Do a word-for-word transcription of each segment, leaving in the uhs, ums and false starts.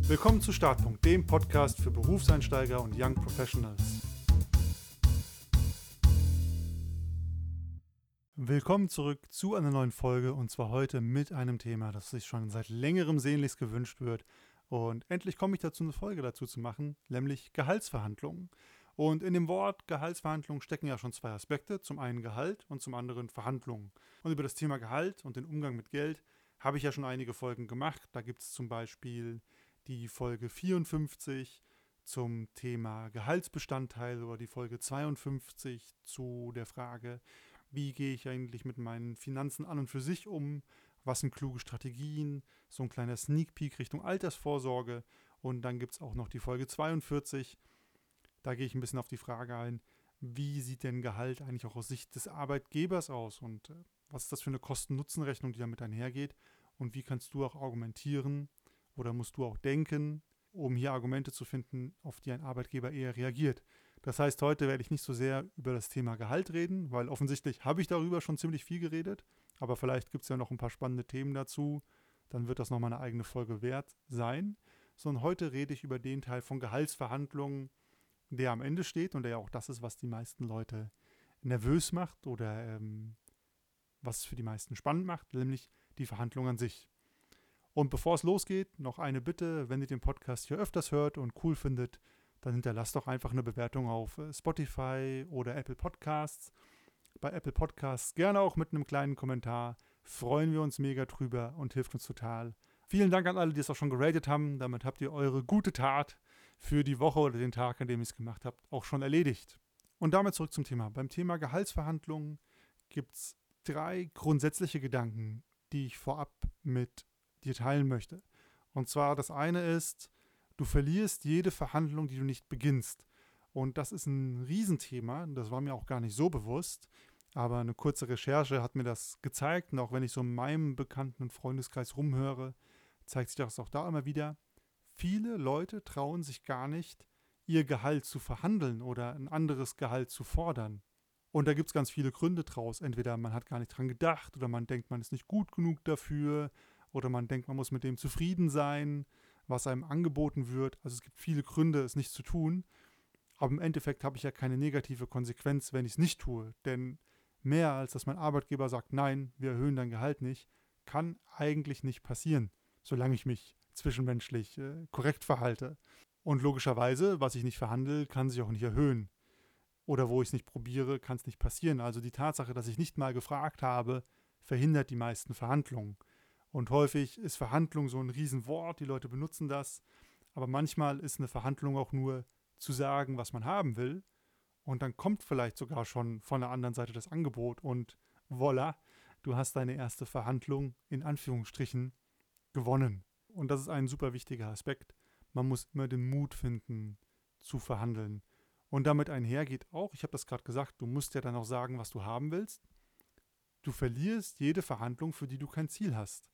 Willkommen zu Startpunkt, dem Podcast für Berufseinsteiger und Young Professionals. Willkommen zurück zu einer neuen Folge und zwar heute mit einem Thema, das sich schon seit längerem sehnlichst gewünscht wird. Und endlich komme ich dazu, eine Folge dazu zu machen, nämlich Gehaltsverhandlungen. Und in dem Wort Gehaltsverhandlungen stecken ja schon zwei Aspekte, zum einen Gehalt und zum anderen Verhandlungen. Und über das Thema Gehalt und den Umgang mit Geld habe ich ja schon einige Folgen gemacht. Da gibt es zum Beispiel die Folge vierundfünfzig zum Thema Gehaltsbestandteile oder die Folge zweiundfünfzig zu der Frage, wie gehe ich eigentlich mit meinen Finanzen an und für sich um, was sind kluge Strategien, so ein kleiner Sneak Peek Richtung Altersvorsorge. Und dann gibt es auch noch die Folge zweiundvierzig, da gehe ich ein bisschen auf die Frage ein, wie sieht denn Gehalt eigentlich auch aus Sicht des Arbeitgebers aus und äh, was ist das für eine Kosten-Nutzen-Rechnung, die damit einhergeht und wie kannst du auch argumentieren oder musst du auch denken, um hier Argumente zu finden, auf die ein Arbeitgeber eher reagiert. Das heißt, heute werde ich nicht so sehr über das Thema Gehalt reden, weil offensichtlich habe ich darüber schon ziemlich viel geredet, aber vielleicht gibt es ja noch ein paar spannende Themen dazu, dann wird das nochmal eine eigene Folge wert sein. Sondern heute rede ich über den Teil von Gehaltsverhandlungen, der am Ende steht und der ja auch das ist, was die meisten Leute nervös macht oder ähm, was es für die meisten spannend macht, nämlich die Verhandlung an sich. Und bevor es losgeht, noch eine Bitte, wenn ihr den Podcast hier öfters hört und cool findet, dann hinterlasst doch einfach eine Bewertung auf Spotify oder Apple Podcasts. Bei Apple Podcasts gerne auch mit einem kleinen Kommentar. Freuen wir uns mega drüber und hilft uns total. Vielen Dank an alle, die es auch schon geratet haben. Damit habt ihr eure gute Tat für die Woche oder den Tag, an dem ihr es gemacht habt, auch schon erledigt. Und damit zurück zum Thema. Beim Thema Gehaltsverhandlungen gibt es drei grundsätzliche Gedanken, die ich vorab mit dir teilen möchte. Und zwar das eine ist, du verlierst jede Verhandlung, die du nicht beginnst. Und das ist ein Riesenthema, das war mir auch gar nicht so bewusst, aber eine kurze Recherche hat mir das gezeigt und auch wenn ich so in meinem bekannten Freundeskreis rumhöre, zeigt sich das auch da immer wieder. Viele Leute trauen sich gar nicht, ihr Gehalt zu verhandeln oder ein anderes Gehalt zu fordern. Und da gibt es ganz viele Gründe draus. Entweder man hat gar nicht dran gedacht oder man denkt, man ist nicht gut genug dafür oder man denkt, man muss mit dem zufrieden sein, was einem angeboten wird. Also es gibt viele Gründe, es nicht zu tun. Aber im Endeffekt habe ich ja keine negative Konsequenz, wenn ich es nicht tue. Denn mehr als dass mein Arbeitgeber sagt, nein, wir erhöhen dein Gehalt nicht, kann eigentlich nicht passieren, solange ich mich zwischenmenschlich äh, korrekt verhalte. Und logischerweise, was ich nicht verhandle, kann sich auch nicht erhöhen. Oder wo ich es nicht probiere, kann es nicht passieren. Also die Tatsache, dass ich nicht mal gefragt habe, verhindert die meisten Verhandlungen. Und häufig ist Verhandlung so ein Riesenwort, die Leute benutzen das. Aber manchmal ist eine Verhandlung auch nur zu sagen, was man haben will. Und dann kommt vielleicht sogar schon von der anderen Seite das Angebot und voilà, du hast deine erste Verhandlung in Anführungsstrichen gewonnen. Und das ist ein super wichtiger Aspekt. Man muss immer den Mut finden, zu verhandeln. Und damit einhergeht auch, ich habe das gerade gesagt, du musst ja dann auch sagen, was du haben willst. Du verlierst jede Verhandlung, für die du kein Ziel hast.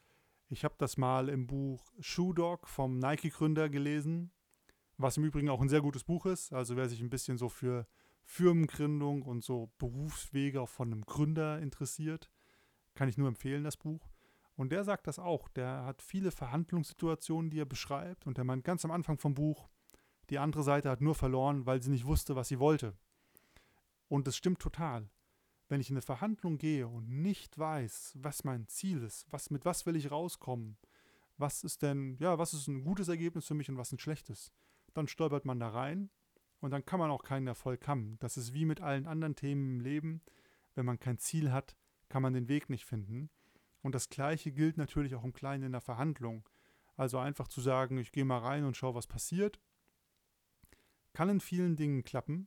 Ich habe das mal im Buch Shoe Dog vom Nike-Gründer gelesen, was im Übrigen auch ein sehr gutes Buch ist. Also wer sich ein bisschen so für Firmengründung und so Berufswege auch von einem Gründer interessiert, kann ich nur empfehlen, das Buch. Und der sagt das auch. Der hat viele Verhandlungssituationen, die er beschreibt. Und der meint ganz am Anfang vom Buch, die andere Seite hat nur verloren, weil sie nicht wusste, was sie wollte. Und das stimmt total. Wenn ich in eine Verhandlung gehe und nicht weiß, was mein Ziel ist, was, mit was will ich rauskommen, was ist denn, ja, was ist ein gutes Ergebnis für mich und was ein schlechtes, dann stolpert man da rein und dann kann man auch keinen Erfolg haben. Das ist wie mit allen anderen Themen im Leben. Wenn man kein Ziel hat, kann man den Weg nicht finden. Und das Gleiche gilt natürlich auch im Kleinen in der Verhandlung. Also einfach zu sagen, ich gehe mal rein und schaue, was passiert, kann in vielen Dingen klappen.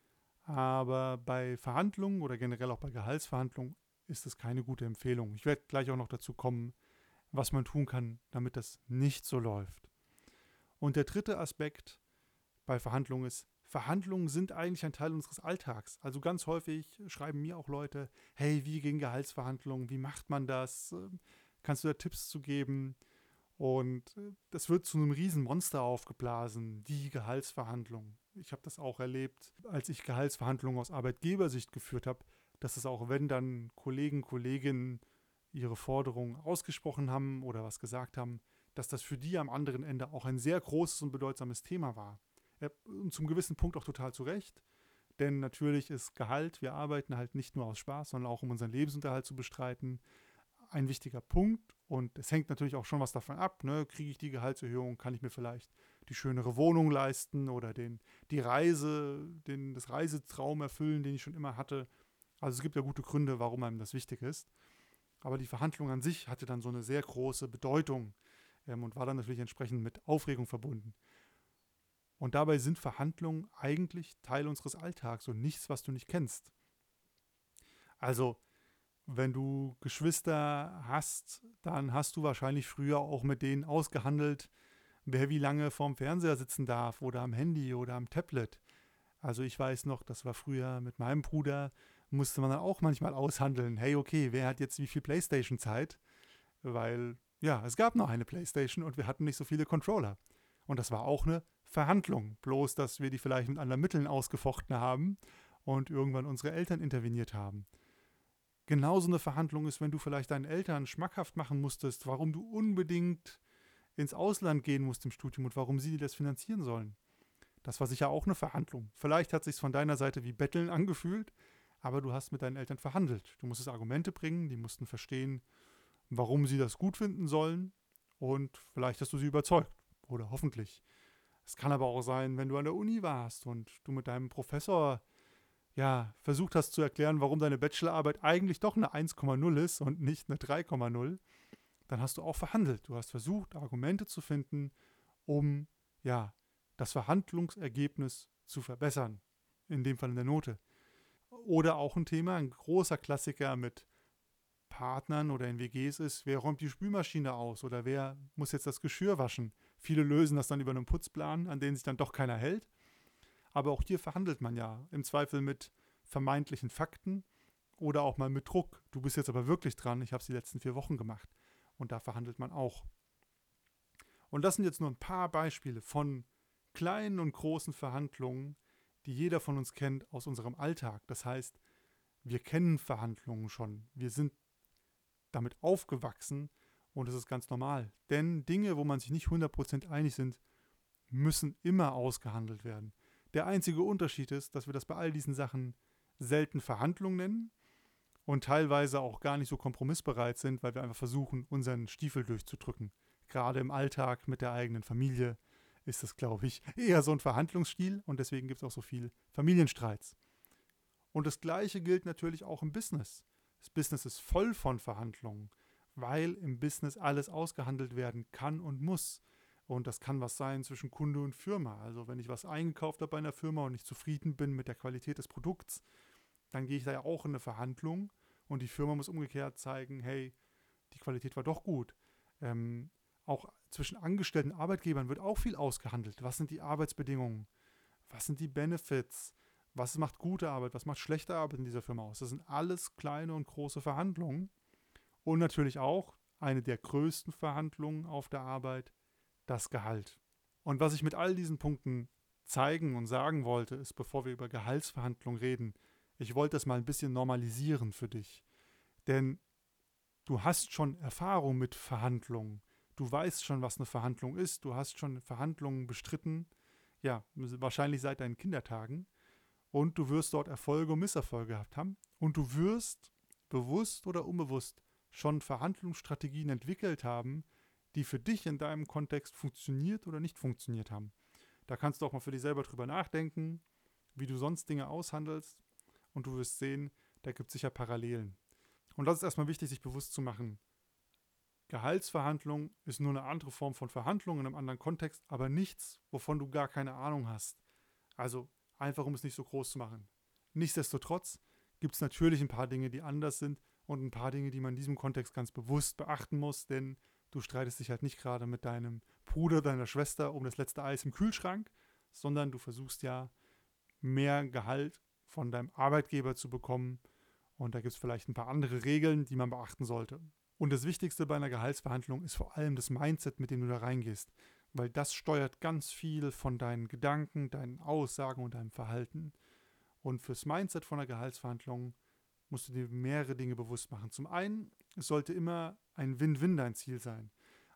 Aber bei Verhandlungen oder generell auch bei Gehaltsverhandlungen ist es keine gute Empfehlung. Ich werde gleich auch noch dazu kommen, was man tun kann, damit das nicht so läuft. Und der dritte Aspekt bei Verhandlungen ist, Verhandlungen sind eigentlich ein Teil unseres Alltags. Also ganz häufig schreiben mir auch Leute, hey, wie gehen Gehaltsverhandlungen, wie macht man das? Kannst du da Tipps zu geben? Und das wird zu einem riesen Monster aufgeblasen, die Gehaltsverhandlung. Ich habe das auch erlebt, als ich Gehaltsverhandlungen aus Arbeitgebersicht geführt habe, dass es auch, wenn dann Kollegen, Kolleginnen ihre Forderungen ausgesprochen haben oder was gesagt haben, dass das für die am anderen Ende auch ein sehr großes und bedeutsames Thema war. Und zum gewissen Punkt auch total zu Recht, denn natürlich ist Gehalt, wir arbeiten halt nicht nur aus Spaß, sondern auch um unseren Lebensunterhalt zu bestreiten, ein wichtiger Punkt. Und es hängt natürlich auch schon was davon ab, ne? Kriege ich die Gehaltserhöhung, kann ich mir vielleicht die schönere Wohnung leisten oder den, die Reise, den, das Reisetraum erfüllen, den ich schon immer hatte. Also es gibt ja gute Gründe, warum einem das wichtig ist. Aber die Verhandlung an sich hatte dann so eine sehr große Bedeutung ähm, und war dann natürlich entsprechend mit Aufregung verbunden. Und dabei sind Verhandlungen eigentlich Teil unseres Alltags und nichts, was du nicht kennst. Also, wenn du Geschwister hast, dann hast du wahrscheinlich früher auch mit denen ausgehandelt, wer wie lange vorm Fernseher sitzen darf oder am Handy oder am Tablet. Also ich weiß noch, das war früher mit meinem Bruder, musste man dann auch manchmal aushandeln, hey okay, wer hat jetzt wie viel Playstation-Zeit? Weil ja, es gab noch eine Playstation und wir hatten nicht so viele Controller. Und das war auch eine Verhandlung, bloß dass wir die vielleicht mit anderen Mitteln ausgefochten haben und irgendwann unsere Eltern interveniert haben. Genauso eine Verhandlung ist, wenn du vielleicht deinen Eltern schmackhaft machen musstest, warum du unbedingt ins Ausland gehen musst im Studium und warum sie dir das finanzieren sollen. Das war sicher auch eine Verhandlung. Vielleicht hat es sich von deiner Seite wie Betteln angefühlt, aber du hast mit deinen Eltern verhandelt. Du musstest Argumente bringen, die mussten verstehen, warum sie das gut finden sollen und vielleicht hast du sie überzeugt oder hoffentlich. Es kann aber auch sein, wenn du an der Uni warst und du mit deinem Professor ja, versucht hast zu erklären, warum deine Bachelorarbeit eigentlich doch eine eins Komma null ist und nicht eine drei Komma null, dann hast du auch verhandelt. Du hast versucht, Argumente zu finden, um ja, das Verhandlungsergebnis zu verbessern. In dem Fall in der Note. Oder auch ein Thema, ein großer Klassiker mit Partnern oder in W Gs ist, wer räumt die Spülmaschine aus oder wer muss jetzt das Geschirr waschen. Viele lösen das dann über einen Putzplan, an den sich dann doch keiner hält. Aber auch hier verhandelt man ja im Zweifel mit vermeintlichen Fakten oder auch mal mit Druck. Du bist jetzt aber wirklich dran, ich habe es die letzten vier Wochen gemacht. Und da verhandelt man auch. Und das sind jetzt nur ein paar Beispiele von kleinen und großen Verhandlungen, die jeder von uns kennt aus unserem Alltag. Das heißt, wir kennen Verhandlungen schon. Wir sind damit aufgewachsen und es ist ganz normal. Denn Dinge, wo man sich nicht hundert Prozent einig sind, müssen immer ausgehandelt werden. Der einzige Unterschied ist, dass wir das bei all diesen Sachen selten Verhandlungen nennen und teilweise auch gar nicht so kompromissbereit sind, weil wir einfach versuchen, unseren Stiefel durchzudrücken. Gerade im Alltag mit der eigenen Familie ist das, glaube ich, eher so ein Verhandlungsstil und deswegen gibt es auch so viel Familienstreits. Und das Gleiche gilt natürlich auch im Business. Das Business ist voll von Verhandlungen, weil im Business alles ausgehandelt werden kann und muss. Und das kann was sein zwischen Kunde und Firma. Also wenn ich was eingekauft habe bei einer Firma und nicht zufrieden bin mit der Qualität des Produkts, dann gehe ich da ja auch in eine Verhandlung und die Firma muss umgekehrt zeigen, hey, die Qualität war doch gut. Ähm, auch zwischen Angestellten und Arbeitgebern wird auch viel ausgehandelt. Was sind die Arbeitsbedingungen? Was sind die Benefits? Was macht gute Arbeit? Was macht schlechte Arbeit in dieser Firma aus? Das sind alles kleine und große Verhandlungen. Und natürlich auch eine der größten Verhandlungen auf der Arbeit, das Gehalt. Und was ich mit all diesen Punkten zeigen und sagen wollte, ist, bevor wir über Gehaltsverhandlungen reden, ich wollte das mal ein bisschen normalisieren für dich. Denn du hast schon Erfahrung mit Verhandlungen. Du weißt schon, was eine Verhandlung ist. Du hast schon Verhandlungen bestritten. Ja, wahrscheinlich seit deinen Kindertagen. Und du wirst dort Erfolge und Misserfolge gehabt haben. Und du wirst, bewusst oder unbewusst, schon Verhandlungsstrategien entwickelt haben, die für dich in deinem Kontext funktioniert oder nicht funktioniert haben. Da kannst du auch mal für dich selber drüber nachdenken, wie du sonst Dinge aushandelst. Und du wirst sehen, da gibt es sicher Parallelen. Und das ist erstmal wichtig, sich bewusst zu machen. Gehaltsverhandlung ist nur eine andere Form von Verhandlung in einem anderen Kontext, aber nichts, wovon du gar keine Ahnung hast. Also einfach, um es nicht so groß zu machen. Nichtsdestotrotz gibt es natürlich ein paar Dinge, die anders sind und ein paar Dinge, die man in diesem Kontext ganz bewusst beachten muss, denn du streitest dich halt nicht gerade mit deinem Bruder, deiner Schwester um das letzte Eis im Kühlschrank, sondern du versuchst ja mehr Gehalt von deinem Arbeitgeber zu bekommen. Und da gibt es vielleicht ein paar andere Regeln, die man beachten sollte. Und das Wichtigste bei einer Gehaltsverhandlung ist vor allem das Mindset, mit dem du da reingehst. Weil das steuert ganz viel von deinen Gedanken, deinen Aussagen und deinem Verhalten. Und fürs Mindset von einer Gehaltsverhandlung musst du dir mehrere Dinge bewusst machen. Zum einen, es sollte immer ein Win-Win dein Ziel sein.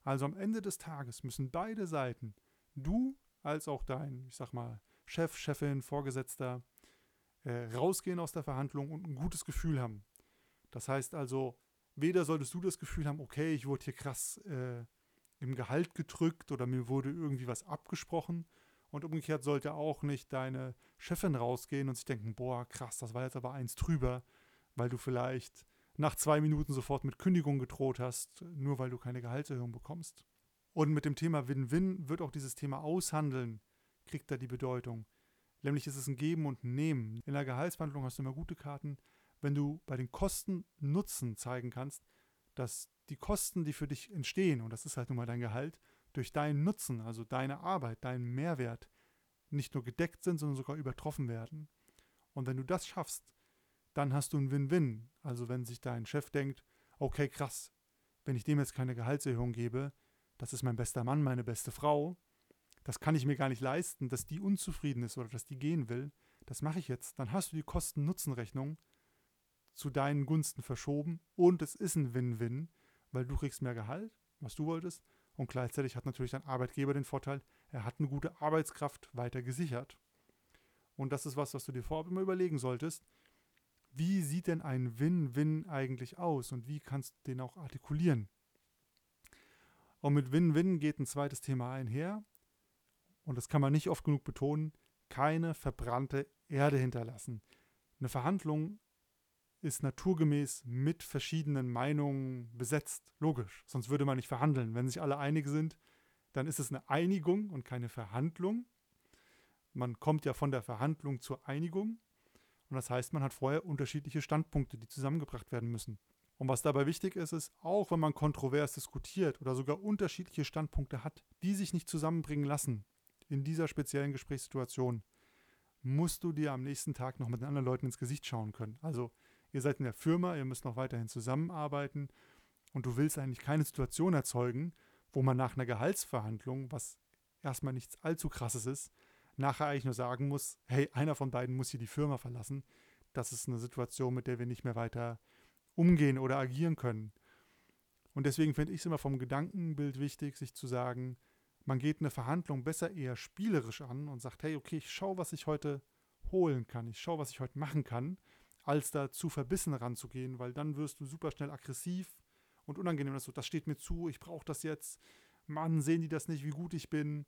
Also am Ende des Tages müssen beide Seiten, du als auch dein, ich sag mal, Chef, Chefin, Vorgesetzter, äh, rausgehen aus der Verhandlung und ein gutes Gefühl haben. Das heißt also, weder solltest du das Gefühl haben, okay, ich wurde hier krass äh, im Gehalt gedrückt oder mir wurde irgendwie was abgesprochen. Und umgekehrt sollte auch nicht deine Chefin rausgehen und sich denken, boah, krass, das war jetzt aber eins drüber, weil du vielleicht nach zwei Minuten sofort mit Kündigung gedroht hast, nur weil du keine Gehaltserhöhung bekommst. Und mit dem Thema Win-Win wird auch dieses Thema Aushandeln, kriegt da die Bedeutung. Nämlich ist es ein Geben und ein Nehmen. In der Gehaltsverhandlung hast du immer gute Karten, wenn du bei den Kosten Nutzen zeigen kannst, dass die Kosten, die für dich entstehen, und das ist halt nun mal dein Gehalt, durch deinen Nutzen, also deine Arbeit, deinen Mehrwert, nicht nur gedeckt sind, sondern sogar übertroffen werden. Und wenn du das schaffst, dann hast du ein Win-Win. Also wenn sich dein Chef denkt, okay, krass, wenn ich dem jetzt keine Gehaltserhöhung gebe, das ist mein bester Mann, meine beste Frau, das kann ich mir gar nicht leisten, dass die unzufrieden ist oder dass die gehen will, das mache ich jetzt. Dann hast du die Kosten-Nutzen-Rechnung zu deinen Gunsten verschoben und es ist ein Win-Win, weil du kriegst mehr Gehalt, was du wolltest, und gleichzeitig hat natürlich dein Arbeitgeber den Vorteil, er hat eine gute Arbeitskraft weiter gesichert. Und das ist was, was du dir vorab immer überlegen solltest. Wie sieht denn ein Win-Win eigentlich aus und wie kannst du den auch artikulieren? Und mit Win-Win geht ein zweites Thema einher, und das kann man nicht oft genug betonen, keine verbrannte Erde hinterlassen. Eine Verhandlung ist naturgemäß mit verschiedenen Meinungen besetzt. Logisch, sonst würde man nicht verhandeln. Wenn sich alle einig sind, dann ist es eine Einigung und keine Verhandlung. Man kommt ja von der Verhandlung zur Einigung. Und das heißt, man hat vorher unterschiedliche Standpunkte, die zusammengebracht werden müssen. Und was dabei wichtig ist, ist, auch wenn man kontrovers diskutiert oder sogar unterschiedliche Standpunkte hat, die sich nicht zusammenbringen lassen, in dieser speziellen Gesprächssituation, musst du dir am nächsten Tag noch mit den anderen Leuten ins Gesicht schauen können. Also ihr seid in der Firma, ihr müsst noch weiterhin zusammenarbeiten und du willst eigentlich keine Situation erzeugen, wo man nach einer Gehaltsverhandlung, was erstmal nichts allzu krasses ist, nachher eigentlich nur sagen muss, hey, einer von beiden muss hier die Firma verlassen. Das ist eine Situation, mit der wir nicht mehr weiter umgehen oder agieren können. Und deswegen finde ich es immer vom Gedankenbild wichtig, sich zu sagen, man geht eine Verhandlung besser eher spielerisch an und sagt, hey, okay, ich schaue, was ich heute holen kann, ich schaue, was ich heute machen kann, als da zu verbissen ranzugehen, weil dann wirst du super schnell aggressiv und unangenehm, dass du, das steht mir zu, ich brauche das jetzt, Mann, sehen die das nicht, wie gut ich bin.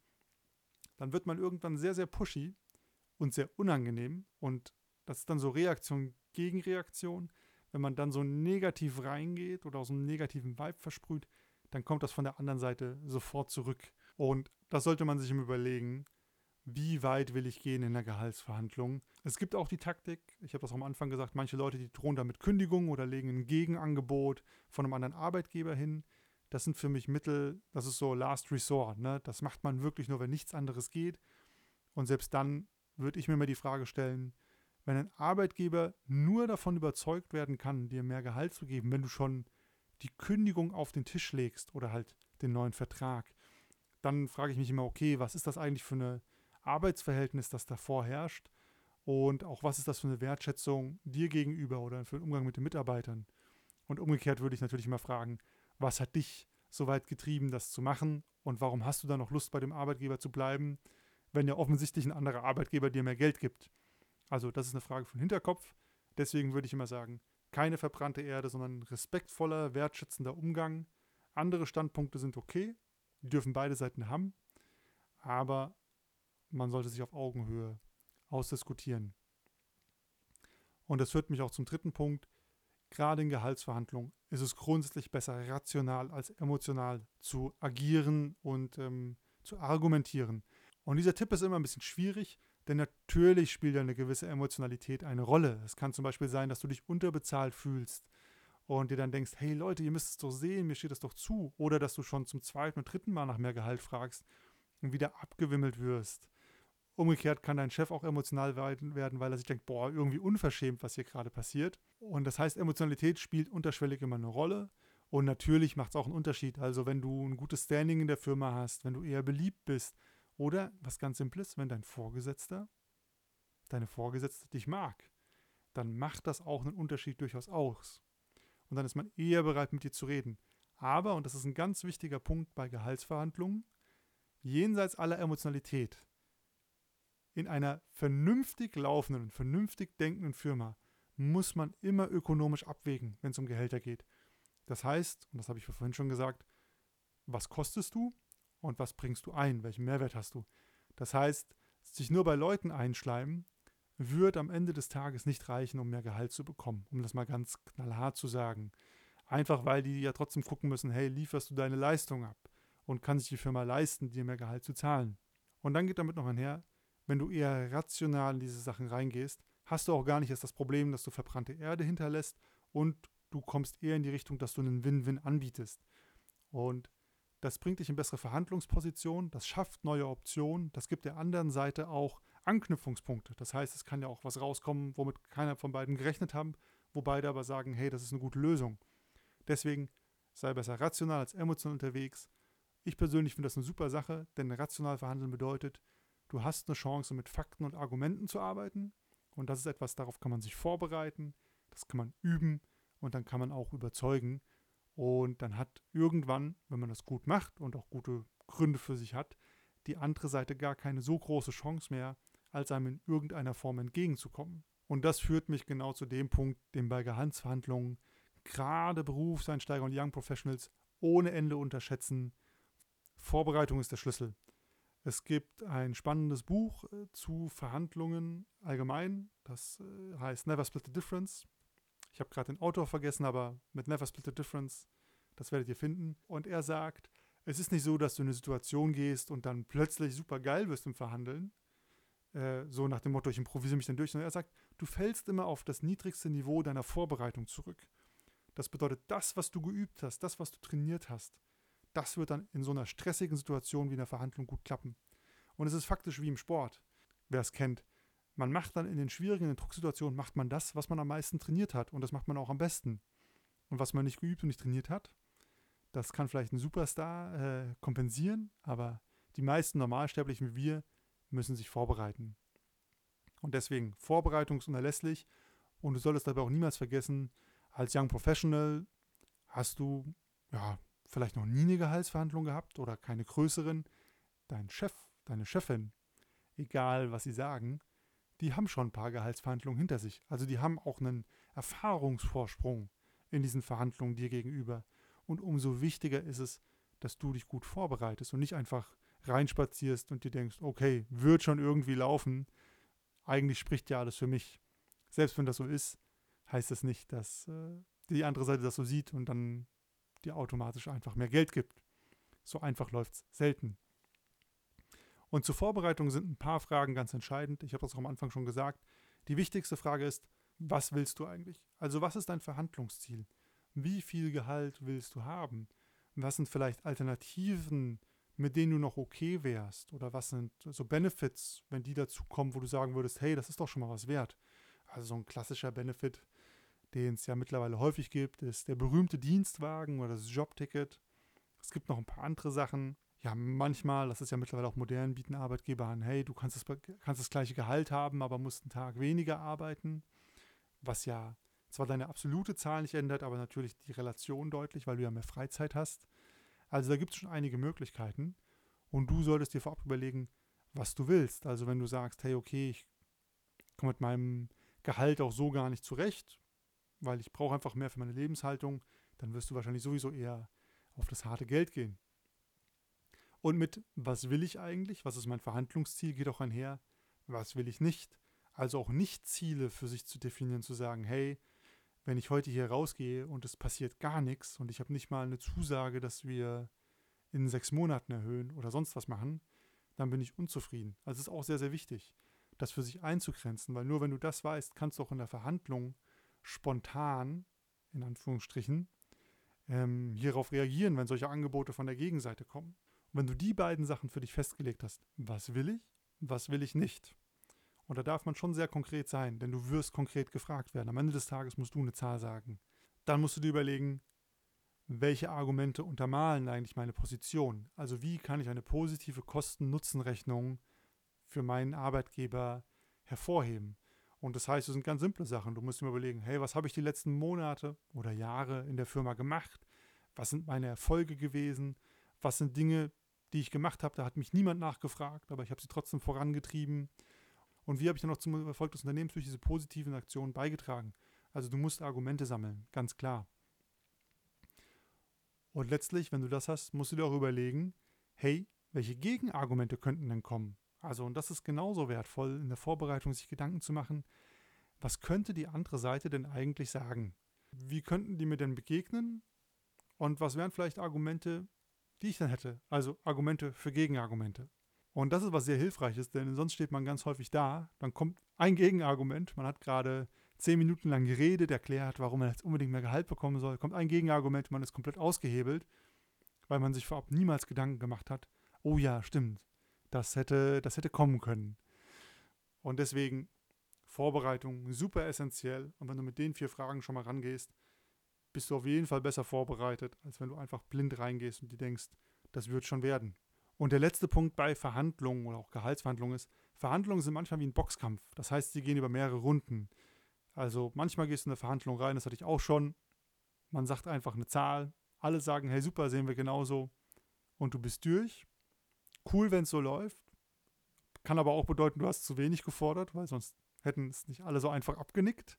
Dann wird man irgendwann sehr, sehr pushy und sehr unangenehm und das ist dann so Reaktion gegen Reaktion. Wenn man dann so negativ reingeht oder aus einem negativen Vibe versprüht, dann kommt das von der anderen Seite sofort zurück. Und das sollte man sich immer überlegen, wie weit will ich gehen in der Gehaltsverhandlung. Es gibt auch die Taktik, ich habe das auch am Anfang gesagt, manche Leute, die drohen da mit Kündigung oder legen ein Gegenangebot von einem anderen Arbeitgeber hin. Das sind für mich Mittel, das ist so Last Resort. Ne? Das macht man wirklich nur, wenn nichts anderes geht. Und selbst dann würde ich mir mal die Frage stellen, wenn ein Arbeitgeber nur davon überzeugt werden kann, dir mehr Gehalt zu geben, wenn du schon die Kündigung auf den Tisch legst oder halt den neuen Vertrag, dann frage ich mich immer, okay, was ist das eigentlich für ein Arbeitsverhältnis, das da vorherrscht? Und auch, was ist das für eine Wertschätzung dir gegenüber oder für den Umgang mit den Mitarbeitern? Und umgekehrt würde ich natürlich immer fragen, was hat dich so weit getrieben, das zu machen? Und warum hast du dann noch Lust, bei dem Arbeitgeber zu bleiben, wenn ja offensichtlich ein anderer Arbeitgeber dir mehr Geld gibt? Also das ist eine Frage von Hinterkopf. Deswegen würde ich immer sagen, keine verbrannte Erde, sondern ein respektvoller, wertschätzender Umgang. Andere Standpunkte sind okay, die dürfen beide Seiten haben, aber man sollte sich auf Augenhöhe ausdiskutieren. Und das führt mich auch zum dritten Punkt. Gerade in Gehaltsverhandlungen ist es grundsätzlich besser, rational als emotional zu agieren und ähm, zu argumentieren. Und dieser Tipp ist immer ein bisschen schwierig, denn natürlich spielt ja eine gewisse Emotionalität eine Rolle. Es kann zum Beispiel sein, dass du dich unterbezahlt fühlst und dir dann denkst, hey Leute, ihr müsst es doch sehen, mir steht das doch zu. Oder dass du schon zum zweiten und dritten Mal nach mehr Gehalt fragst und wieder abgewimmelt wirst. Umgekehrt kann dein Chef auch emotional werden, weil er sich denkt, boah, irgendwie unverschämt, was hier gerade passiert. Und das heißt, Emotionalität spielt unterschwellig immer eine Rolle. Und natürlich macht es auch einen Unterschied. Also wenn du ein gutes Standing in der Firma hast, wenn du eher beliebt bist oder, was ganz Simples, wenn dein Vorgesetzter, deine Vorgesetzte dich mag, dann macht das auch einen Unterschied durchaus aus. Und dann ist man eher bereit, mit dir zu reden. Aber, und das ist ein ganz wichtiger Punkt bei Gehaltsverhandlungen, jenseits aller Emotionalität, in einer vernünftig laufenden, vernünftig denkenden Firma muss man immer ökonomisch abwägen, wenn es um Gehälter geht. Das heißt, und das habe ich vorhin schon gesagt, was kostest du und was bringst du ein? Welchen Mehrwert hast du? Das heißt, sich nur bei Leuten einschleimen, wird am Ende des Tages nicht reichen, um mehr Gehalt zu bekommen, um das mal ganz knallhart zu sagen. Einfach weil die ja trotzdem gucken müssen, hey, lieferst du deine Leistung ab? Und kann sich die Firma leisten, dir mehr Gehalt zu zahlen? Und dann geht damit noch einher, wenn du eher rational in diese Sachen reingehst, hast du auch gar nicht erst das Problem, dass du verbrannte Erde hinterlässt und du kommst eher in die Richtung, dass du einen Win-Win anbietest. Und das bringt dich in bessere Verhandlungspositionen, das schafft neue Optionen, das gibt der anderen Seite auch Anknüpfungspunkte. Das heißt, es kann ja auch was rauskommen, womit keiner von beiden gerechnet haben, wo beide aber sagen, hey, das ist eine gute Lösung. Deswegen sei besser rational als emotional unterwegs. Ich persönlich finde das eine super Sache, denn rational verhandeln bedeutet, du hast eine Chance, mit Fakten und Argumenten zu arbeiten. Und das ist etwas, darauf kann man sich vorbereiten, das kann man üben und dann kann man auch überzeugen. Und dann hat irgendwann, wenn man das gut macht und auch gute Gründe für sich hat, die andere Seite gar keine so große Chance mehr, als einem in irgendeiner Form entgegenzukommen. Und das führt mich genau zu dem Punkt, den bei Gehaltsverhandlungen gerade Berufseinsteiger und Young Professionals ohne Ende unterschätzen. Vorbereitung ist der Schlüssel. Es gibt ein spannendes Buch äh, zu Verhandlungen allgemein. Das äh, heißt Never Split the Difference. Ich habe gerade den Autor vergessen, aber mit Never Split the Difference, das werdet ihr finden. Und er sagt, es ist nicht so, dass du in eine Situation gehst und dann plötzlich super geil wirst im Verhandeln. Äh, so nach dem Motto, ich improvisiere mich dann durch. Sondern er sagt, du fällst immer auf das niedrigste Niveau deiner Vorbereitung zurück. Das bedeutet, das, was du geübt hast, das, was du trainiert hast, das wird dann in so einer stressigen Situation wie in einer Verhandlung gut klappen. Und es ist faktisch wie im Sport, wer es kennt. Man macht dann in den schwierigen, in den Drucksituationen, macht man das, was man am meisten trainiert hat. Und das macht man auch am besten. Und was man nicht geübt und nicht trainiert hat, das kann vielleicht ein Superstar äh, kompensieren, aber die meisten Normalsterblichen wie wir müssen sich vorbereiten. Und deswegen, Vorbereitung ist unerlässlich und du solltest dabei auch niemals vergessen, als Young Professional hast du ja vielleicht noch nie eine Gehaltsverhandlung gehabt oder keine größeren. Dein Chef, deine Chefin, egal was sie sagen, die haben schon ein paar Gehaltsverhandlungen hinter sich. Also die haben auch einen Erfahrungsvorsprung in diesen Verhandlungen dir gegenüber. Und umso wichtiger ist es, dass du dich gut vorbereitest und nicht einfach reinspazierst und dir denkst, okay, wird schon irgendwie laufen. Eigentlich spricht ja alles für mich. Selbst wenn das so ist, heißt das nicht, dass äh, die andere Seite das so sieht und dann dir automatisch einfach mehr Geld gibt. So einfach läuft es selten. Und zur Vorbereitung sind ein paar Fragen ganz entscheidend. Ich habe das auch am Anfang schon gesagt. Die wichtigste Frage ist, was willst du eigentlich? Also was ist dein Verhandlungsziel? Wie viel Gehalt willst du haben? Was sind vielleicht Alternativen, mit denen du noch okay wärst? Oder was sind so Benefits, wenn die dazu kommen, wo du sagen würdest, hey, das ist doch schon mal was wert? Also so ein klassischer Benefit, den es ja mittlerweile häufig gibt, ist der berühmte Dienstwagen oder das Jobticket. Es gibt noch ein paar andere Sachen. Ja, manchmal, das ist ja mittlerweile auch modern, bieten Arbeitgeber an, hey, du kannst das, kannst das gleiche Gehalt haben, aber musst einen Tag weniger arbeiten, was ja zwar deine absolute Zahl nicht ändert, aber natürlich die Relation deutlich, weil du ja mehr Freizeit hast. Also da gibt es schon einige Möglichkeiten und du solltest dir vorab überlegen, was du willst. Also wenn du sagst, hey, okay, ich komme mit meinem Gehalt auch so gar nicht zurecht, weil ich brauche einfach mehr für meine Lebenshaltung, dann wirst du wahrscheinlich sowieso eher auf das harte Geld gehen. Und mit, was will ich eigentlich, was ist mein Verhandlungsziel, geht auch einher, was will ich nicht. Also auch nicht Ziele für sich zu definieren, zu sagen, hey, wenn ich heute hier rausgehe und es passiert gar nichts und ich habe nicht mal eine Zusage, dass wir in sechs Monaten erhöhen oder sonst was machen, dann bin ich unzufrieden. Also es ist auch sehr, sehr wichtig, das für sich einzugrenzen, weil nur wenn du das weißt, kannst du auch in der Verhandlung spontan, in Anführungsstrichen, ähm, hierauf reagieren, wenn solche Angebote von der Gegenseite kommen. Und wenn du die beiden Sachen für dich festgelegt hast, was will ich, was will ich nicht? Und da darf man schon sehr konkret sein, denn du wirst konkret gefragt werden. Am Ende des Tages musst du eine Zahl sagen. Dann musst du dir überlegen, welche Argumente untermalen eigentlich meine Position? Also wie kann ich eine positive Kosten-Nutzen-Rechnung für meinen Arbeitgeber hervorheben? Und das heißt, es sind ganz simple Sachen. Du musst dir überlegen, hey, was habe ich die letzten Monate oder Jahre in der Firma gemacht? Was sind meine Erfolge gewesen? Was sind Dinge, die ich gemacht habe? Da hat mich niemand nachgefragt, aber ich habe sie trotzdem vorangetrieben. Und wie habe ich dann noch zum Erfolg des Unternehmens durch diese positiven Aktionen beigetragen? Also du musst Argumente sammeln, ganz klar. Und letztlich, wenn du das hast, musst du dir auch überlegen, hey, welche Gegenargumente könnten denn kommen? Also, und das ist genauso wertvoll, in der Vorbereitung sich Gedanken zu machen, was könnte die andere Seite denn eigentlich sagen? Wie könnten die mir denn begegnen? Und was wären vielleicht Argumente, die ich dann hätte? Also Argumente für Gegenargumente. Und das ist was sehr Hilfreiches, denn sonst steht man ganz häufig da, dann kommt ein Gegenargument, man hat gerade zehn Minuten lang geredet, erklärt, warum man jetzt unbedingt mehr Gehalt bekommen soll, kommt ein Gegenargument, man ist komplett ausgehebelt, weil man sich vorab niemals Gedanken gemacht hat, oh ja, stimmt, das hätte, das hätte kommen können. Und deswegen Vorbereitung super essentiell, und wenn du mit den vier Fragen schon mal rangehst, bist du auf jeden Fall besser vorbereitet, als wenn du einfach blind reingehst und dir denkst, das wird schon werden. Und der letzte Punkt bei Verhandlungen oder auch Gehaltsverhandlungen ist, Verhandlungen sind manchmal wie ein Boxkampf. Das heißt, sie gehen über mehrere Runden. Also manchmal gehst du in eine Verhandlung rein, das hatte ich auch schon. Man sagt einfach eine Zahl, alle sagen, hey super, sehen wir genauso. Und du bist durch. Cool, wenn es so läuft. Kann aber auch bedeuten, du hast zu wenig gefordert, weil sonst hätten es nicht alle so einfach abgenickt.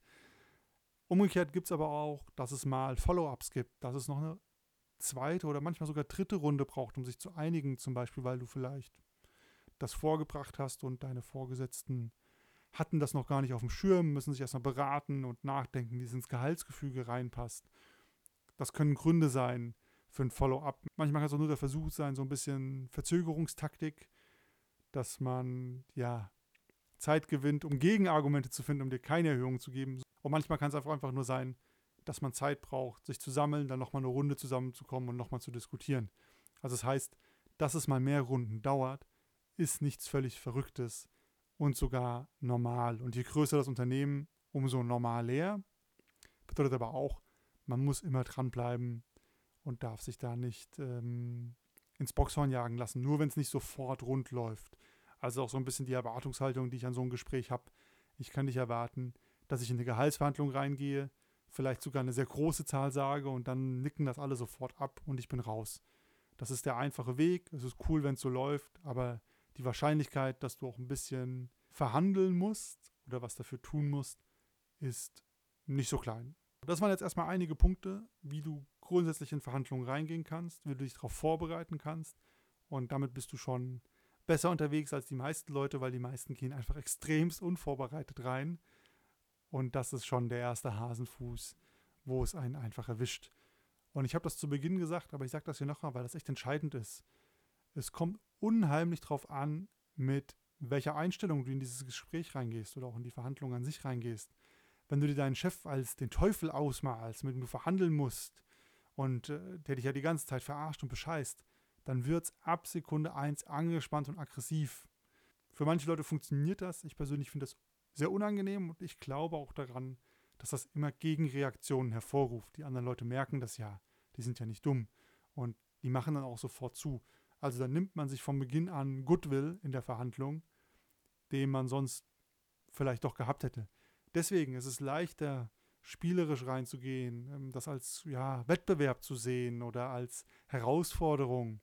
Umgekehrt gibt es aber auch, dass es mal Follow-ups gibt, dass es noch eine zweite oder manchmal sogar dritte Runde braucht, um sich zu einigen, zum Beispiel, weil du vielleicht das vorgebracht hast und deine Vorgesetzten hatten das noch gar nicht auf dem Schirm, müssen sich erstmal beraten und nachdenken, wie es ins Gehaltsgefüge reinpasst. Das können Gründe sein für ein Follow-up. Manchmal kann es auch nur der Versuch sein, so ein bisschen Verzögerungstaktik, dass man ja Zeit gewinnt, um Gegenargumente zu finden, um dir keine Erhöhung zu geben. Und manchmal kann es einfach, einfach nur sein, dass man Zeit braucht, sich zu sammeln, dann nochmal eine Runde zusammenzukommen und nochmal zu diskutieren. Also das heißt, dass es mal mehr Runden dauert, ist nichts völlig Verrücktes und sogar normal. Und je größer das Unternehmen, umso normaler. Bedeutet aber auch, man muss immer dranbleiben und darf sich da nicht ähm, ins Boxhorn jagen lassen, nur wenn es nicht sofort rund läuft. Also auch so ein bisschen die Erwartungshaltung, die ich an so ein Gespräch habe. Ich kann nicht erwarten, dass ich in eine Gehaltsverhandlung reingehe, vielleicht sogar eine sehr große Zahl sage und dann nicken das alle sofort ab und ich bin raus. Das ist der einfache Weg. Es ist cool, wenn es so läuft, aber die Wahrscheinlichkeit, dass du auch ein bisschen verhandeln musst oder was dafür tun musst, ist nicht so klein. Das waren jetzt erstmal einige Punkte, wie du grundsätzlich in Verhandlungen reingehen kannst, wie du dich darauf vorbereiten kannst, und damit bist du schon besser unterwegs als die meisten Leute, weil die meisten gehen einfach extremst unvorbereitet rein. Und das ist schon der erste Hasenfuß, wo es einen einfach erwischt. Und ich habe das zu Beginn gesagt, aber ich sage das hier nochmal, weil das echt entscheidend ist. Es kommt unheimlich drauf an, mit welcher Einstellung du in dieses Gespräch reingehst oder auch in die Verhandlung an sich reingehst. Wenn du dir deinen Chef als den Teufel ausmalst, mit dem du verhandeln musst und äh, der dich ja die ganze Zeit verarscht und bescheißt, dann wird es ab Sekunde eins angespannt und aggressiv. Für manche Leute funktioniert das. Ich persönlich finde das sehr unangenehm und ich glaube auch daran, dass das immer Gegenreaktionen hervorruft. Die anderen Leute merken das ja, die sind ja nicht dumm und die machen dann auch sofort zu. Also dann nimmt man sich von Beginn an Goodwill in der Verhandlung, den man sonst vielleicht doch gehabt hätte. Deswegen ist es leichter, spielerisch reinzugehen, das als ja, Wettbewerb zu sehen oder als Herausforderung,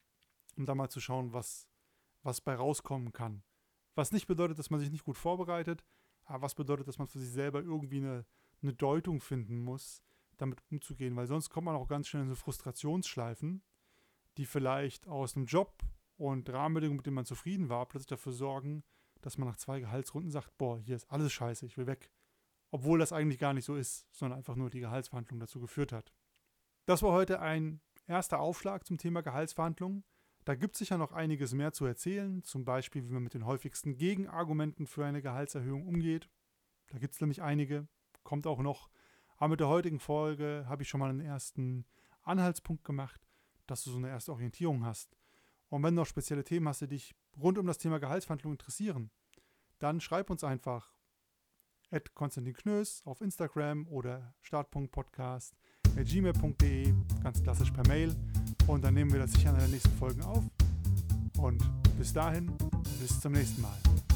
um da mal zu schauen, was, was bei rauskommen kann. Was nicht bedeutet, dass man sich nicht gut vorbereitet, aber was bedeutet, dass man für sich selber irgendwie eine, eine Deutung finden muss, damit umzugehen, weil sonst kommt man auch ganz schnell in so Frustrationsschleifen, die vielleicht aus einem Job und Rahmenbedingungen, mit denen man zufrieden war, plötzlich dafür sorgen, dass man nach zwei Gehaltsrunden sagt, boah, hier ist alles scheiße, ich will weg. Obwohl das eigentlich gar nicht so ist, sondern einfach nur die Gehaltsverhandlung dazu geführt hat. Das war heute ein erster Aufschlag zum Thema Gehaltsverhandlungen. Da gibt es sicher noch einiges mehr zu erzählen, zum Beispiel, wie man mit den häufigsten Gegenargumenten für eine Gehaltserhöhung umgeht. Da gibt es nämlich einige, kommt auch noch. Aber mit der heutigen Folge habe ich schon mal einen ersten Anhaltspunkt gemacht, dass du so eine erste Orientierung hast. Und wenn du noch spezielle Themen hast, die dich rund um das Thema Gehaltsverhandlung interessieren, dann schreib uns einfach at Konstantin Knös auf Instagram oder start.podcast at gmail punkt de, ganz klassisch per Mail. Und dann nehmen wir das sicher in den nächsten Folgen auf. Und bis dahin, bis zum nächsten Mal.